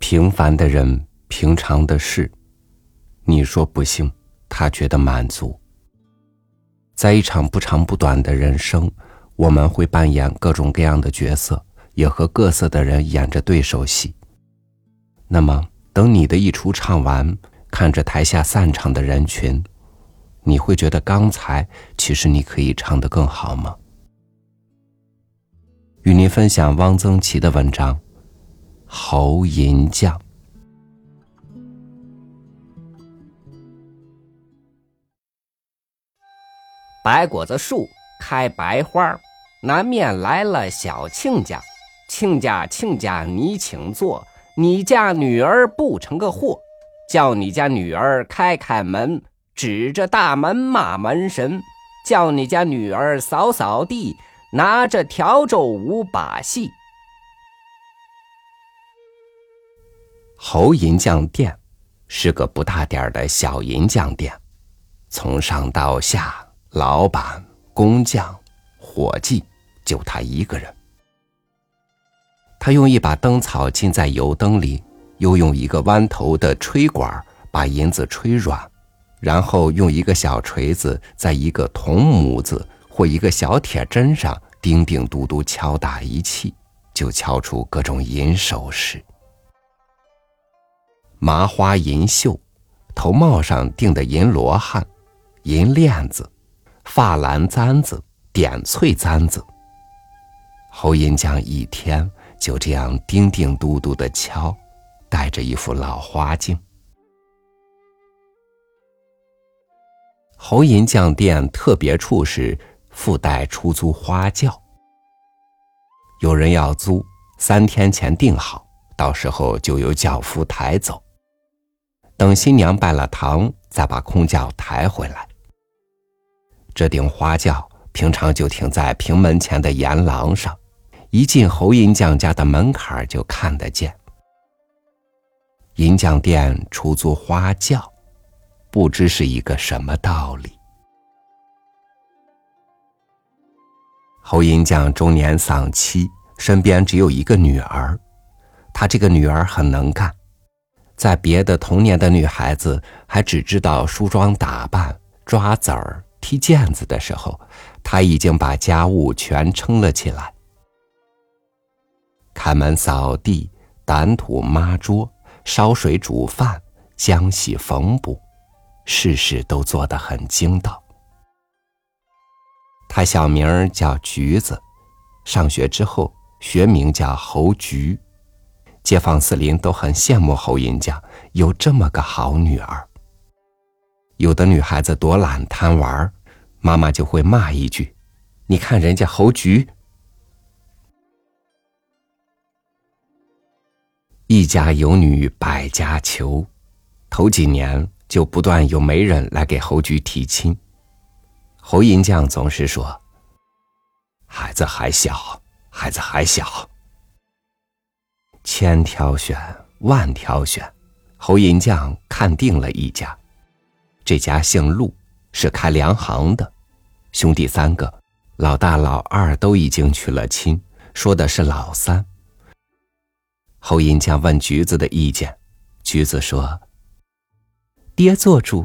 平凡的人，平常的事，你说不幸，他觉得满足。在一场不长不短的人生，我们会扮演各种各样的角色，也和各色的人演着对手戏。那么等你的一出唱完，看着台下散场的人群，你会觉得刚才其实你可以唱得更好吗？与您分享汪曾祺的文章《侯银匠》。 白果子树开白花，南面来了小亲家。亲家你请坐，你家女儿不成个货，叫你家女儿开门，指着大门骂门神，叫你家女儿扫地，拿着笤帚舞把戏。 侯银匠店是个不大点的小银匠店，从上到下，老板、工匠、伙计就他一个人。他用一把灯草浸在油灯里，又用一个弯头的吹管把银子吹软，然后用一个小锤子在一个铜模子或一个小铁针上叮叮嘟嘟敲打一气，就敲出各种银首饰。麻花银绣，头帽上钉的银罗汉、银链子、发蓝簪子、点翠簪子。侯银匠一天就这样叮叮嘟嘟地敲，戴着一副老花镜。侯银匠店特别处是附带出租花轿，有人要租，3天前订好，到时候就由轿夫抬走，等新娘拜了堂，再把空轿抬回来。这顶花轿平常就停在平门前的沿廊上，一进侯银匠家的门槛就看得见。银匠店出租花轿，不知是一个什么道理。侯银匠中年丧妻，身边只有一个女儿，他这个女儿很能干，在别的童年的女孩子还只知道梳妆打扮、抓子儿、踢毽子的时候，她已经把家务全撑了起来。开门扫地、掸土抹桌、烧水煮饭、浆洗缝补，事事都做得很精到。她小名叫橘子，上学之后学名叫侯菊。街坊四邻都很羡慕侯银匠有这么个好女儿。有的女孩子多懒贪玩，妈妈就会骂一句：“你看人家侯菊。”一家有女百家求，头几年就不断有媒人来给侯菊提亲。侯银匠总是说：“孩子还小，孩子还小。”千挑选万挑选，侯银匠看定了一家。这家姓陆，是开粮行的，兄弟3个，老大老二都已经娶了亲，说的是老三。侯银匠问橘子的意见，橘子说：“爹做主。”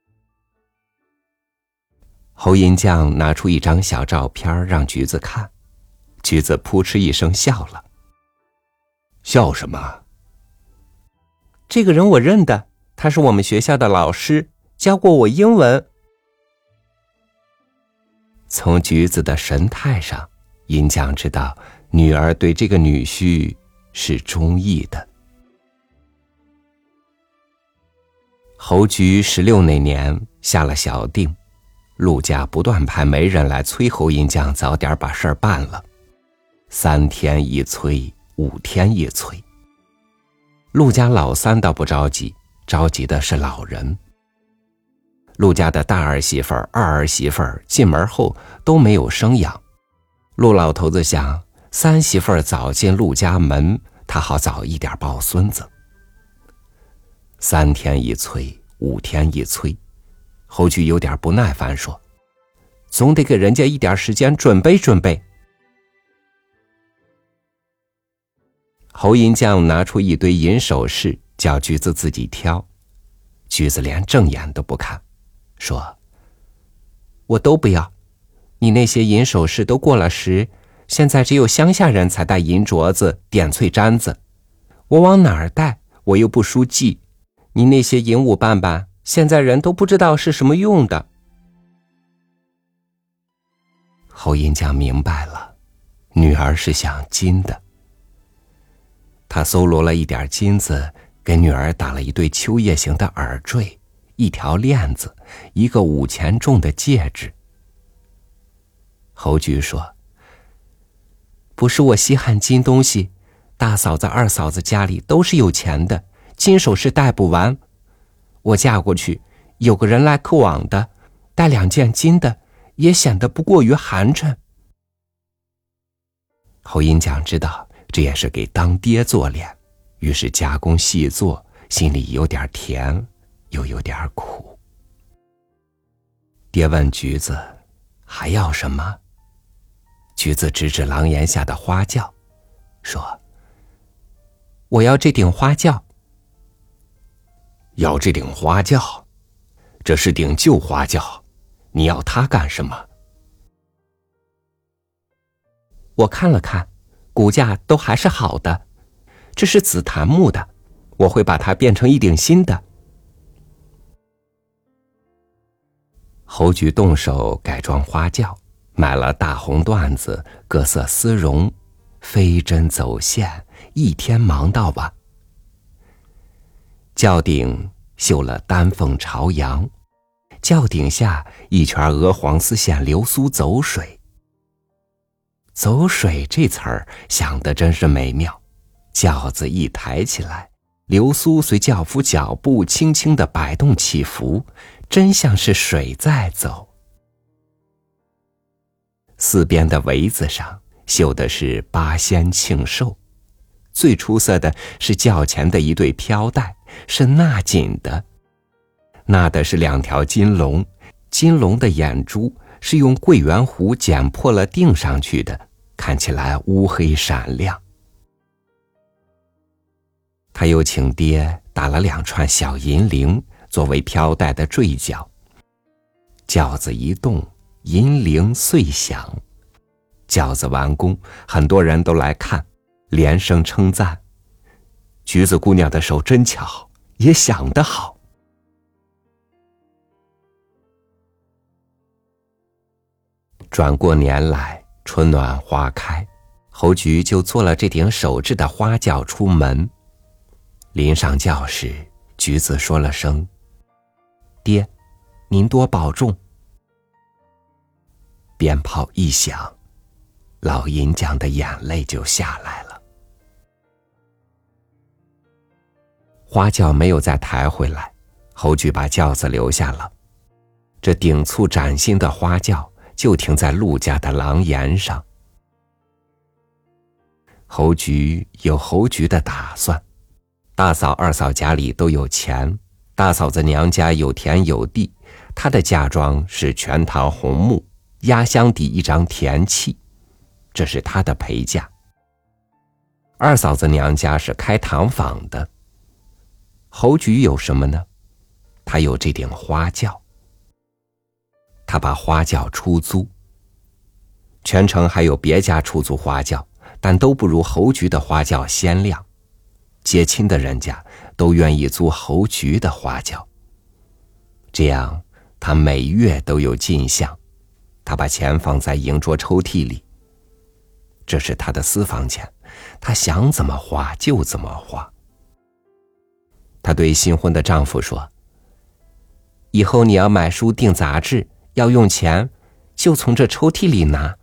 侯银匠拿出一张小照片让橘子看，橘子扑哧一声笑了。笑什么？这个人我认得，他是我们学校的老师，教过我英文。从橘子的神态上，银匠知道女儿对这个女婿是中意的。侯菊16那年下了小定，陆家不断派媒人来催侯银匠早点把事儿办了，3天一催，5天一催。陆家老三倒不着急，着急的是老人。陆家的大儿媳妇、二儿媳妇进门后都没有生养，陆老头子想，3媳妇早进陆家门，他好早一点抱孙子。3天一催，5天一催，侯菊有点不耐烦说：“总得给人家一点时间准备准备。” 侯银匠拿出一堆银首饰，叫橘子自己挑。橘子连正眼都不看，说：“我都不要，你那些银首饰都过了时，现在只有乡下人才戴银镯子、点翠簪子，我往哪儿戴？我又不输记。你那些银五瓣瓣，现在人都不知道是什么用的。”侯银匠明白了，女儿是想金的。他搜罗了一点金子，给女儿打了一对秋叶形的耳坠，一条链子，一个5钱重的戒指。侯菊说：“不是我稀罕金东西，大嫂子二嫂子家里都是有钱的，金首饰戴不完。我嫁过去，有个人来客往的，戴2件金的，也显得不过于寒碜。”侯银匠知道这也是给当爹做脸，于是加工细做，心里有点甜，又有点苦。爹问橘子还要什么，橘子指指廊檐下的花轿，说：“我要这顶花轿。”“要这顶花轿？这是顶旧花轿，你要它干什么？”我看了看，骨架都还是好的，这是紫檀木的，我会把它变成一顶新的。侯菊动手改装花轿，买了大红缎子、各色丝绒，飞针走线，一天忙到晚。轿顶绣了丹凤朝阳，轿顶下一圈鹅黄丝线流苏走水。走水这词儿想得真是美妙，轿子一抬起来，流苏随轿夫脚步轻轻地摆动起伏，真像是水在走。四边的围子上绣的是八仙庆寿，最出色的是轿前的一对飘带，是纳锦的，纳的是2条金龙，金龙的眼珠是用桂圆弧剪破了钉上去的，看起来乌黑闪亮。他又请爹打了2串小银铃作为飘带的坠角，轿子一动，银铃碎响。轿子完工，很多人都来看，连声称赞：“橘子姑娘的手真巧，也想得好。”转过年来，春暖花开，侯菊就做了这顶手制的花轿出门。临上轿时，橘子说了声：“爹，您多保重。”鞭炮一响，老银匠的眼泪就下来了。花轿没有再抬回来，侯菊把轿子留下了。这顶簇崭新的花轿就停在陆家的廊檐上。侯菊有侯菊的打算，大嫂二嫂家里都有钱，大嫂子娘家有田有地，她的嫁妆是全堂红木，压箱底一张田契，这是她的陪嫁。二嫂子娘家是开糖坊的。侯菊有什么呢？她有这顶花轿。他把花轿出租，全城还有别家出租花轿，但都不如侯菊的花轿鲜亮。接亲的人家都愿意租侯菊的花轿，这样他每月都有进项。他把钱放在营桌抽屉里，这是他的私房钱，他想怎么花就怎么花。他对新婚的丈夫说：“以后你要买书订杂志，要用钱，就从这抽屉里拿。”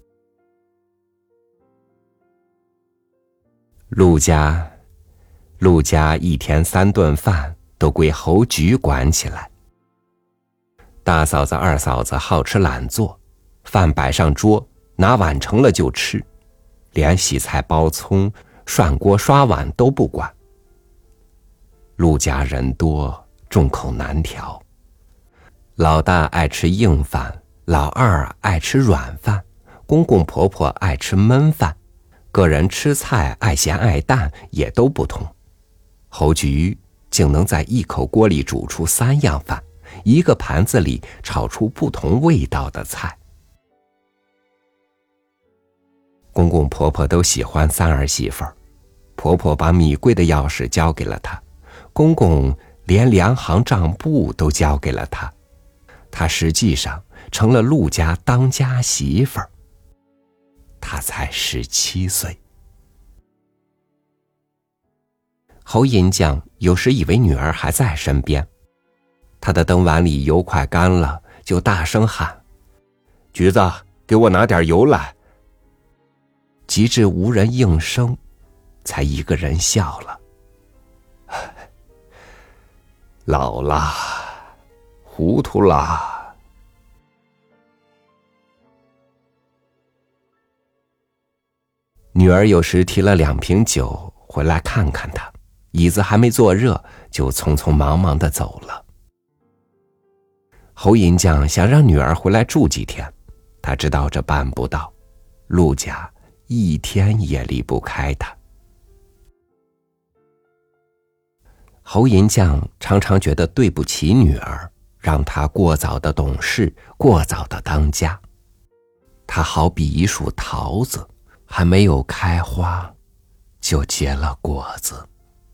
陆家一天3顿饭都归侯菊管起来。大嫂子二嫂子好吃懒做，饭摆上桌，拿碗盛了就吃，连洗菜剥葱、涮锅刷碗都不管。陆家人多，众口难调，老大爱吃硬饭，老二爱吃软饭，公公婆婆爱吃焖饭， 个人吃菜爱咸爱淡也都不同。侯菊竟能在一口锅里煮出3样饭，一个盘子里炒出不同味道的菜。公公婆婆都喜欢三儿媳妇儿，婆婆把米柜的钥匙交给了她，公公连2行账簿都交给了她，她实际上成了陆家当家媳妇儿。她才17岁。侯银匠有时以为女儿还在身边，他的灯碗里油快干了，就大声喊：“橘子，给我拿点油来。”及至无人应声，才一个人笑了：“老了，糊涂了。”女儿有时提了2瓶酒回来看看他，椅子还没坐热，就匆匆忙忙地走了。侯银匠想让女儿回来住几天，他知道这办不到，陆家一天也离不开他。侯银匠常常觉得对不起女儿，让她过早的懂事，过早的当家。她好比一束桃子，还没有开花，就结了果子。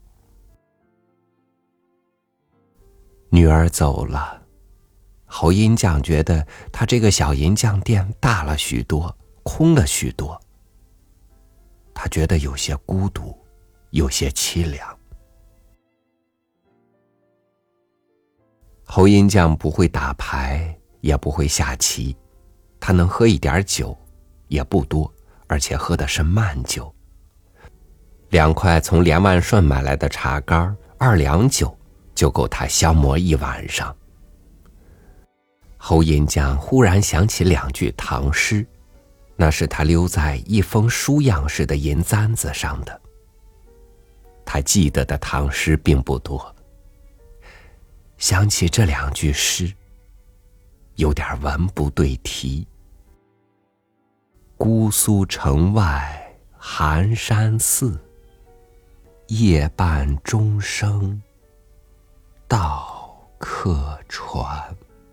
女儿走了，侯银匠觉得他这个小银匠店大了许多，空了许多。他觉得有些孤独，有些凄凉。侯银匠不会打牌，也不会下棋，他能喝一点酒，也不多，而且喝的是慢酒。2块从连万顺买来的茶干，2两酒，就够他消磨一晚上。侯银匠忽然想起2句唐诗，那是他留在一封书样式的银簪子上的。他记得的唐诗并不多，想起这2句诗，有点文不对题。姑苏城外寒山寺，夜半钟声到客船。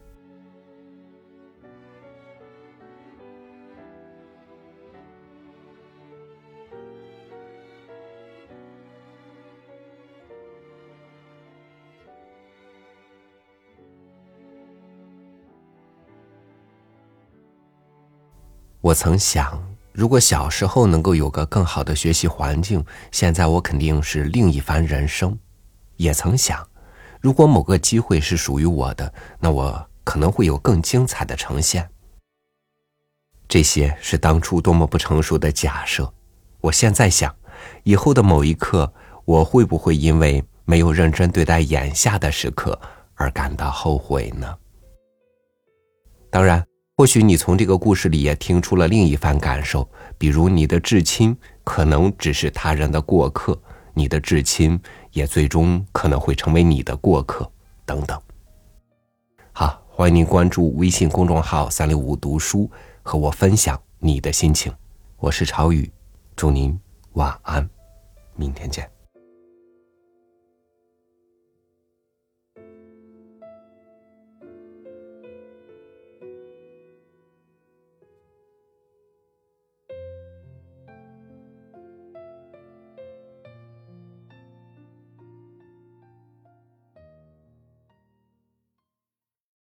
我曾想，如果小时候能够有个更好的学习环境，现在我肯定是另一番人生。也曾想，如果某个机会是属于我的，那我可能会有更精彩的呈现。这些是当初多么不成熟的假设。我现在想，以后的某一刻，我会不会因为没有认真对待眼下的时刻而感到后悔呢？当然，或许你从这个故事里也听出了另一番感受，比如你的至亲可能只是他人的过客，你的至亲也最终可能会成为你的过客，等等。好，欢迎您关注微信公众号365读书，和我分享你的心情。我是朝雨，祝您晚安，明天见。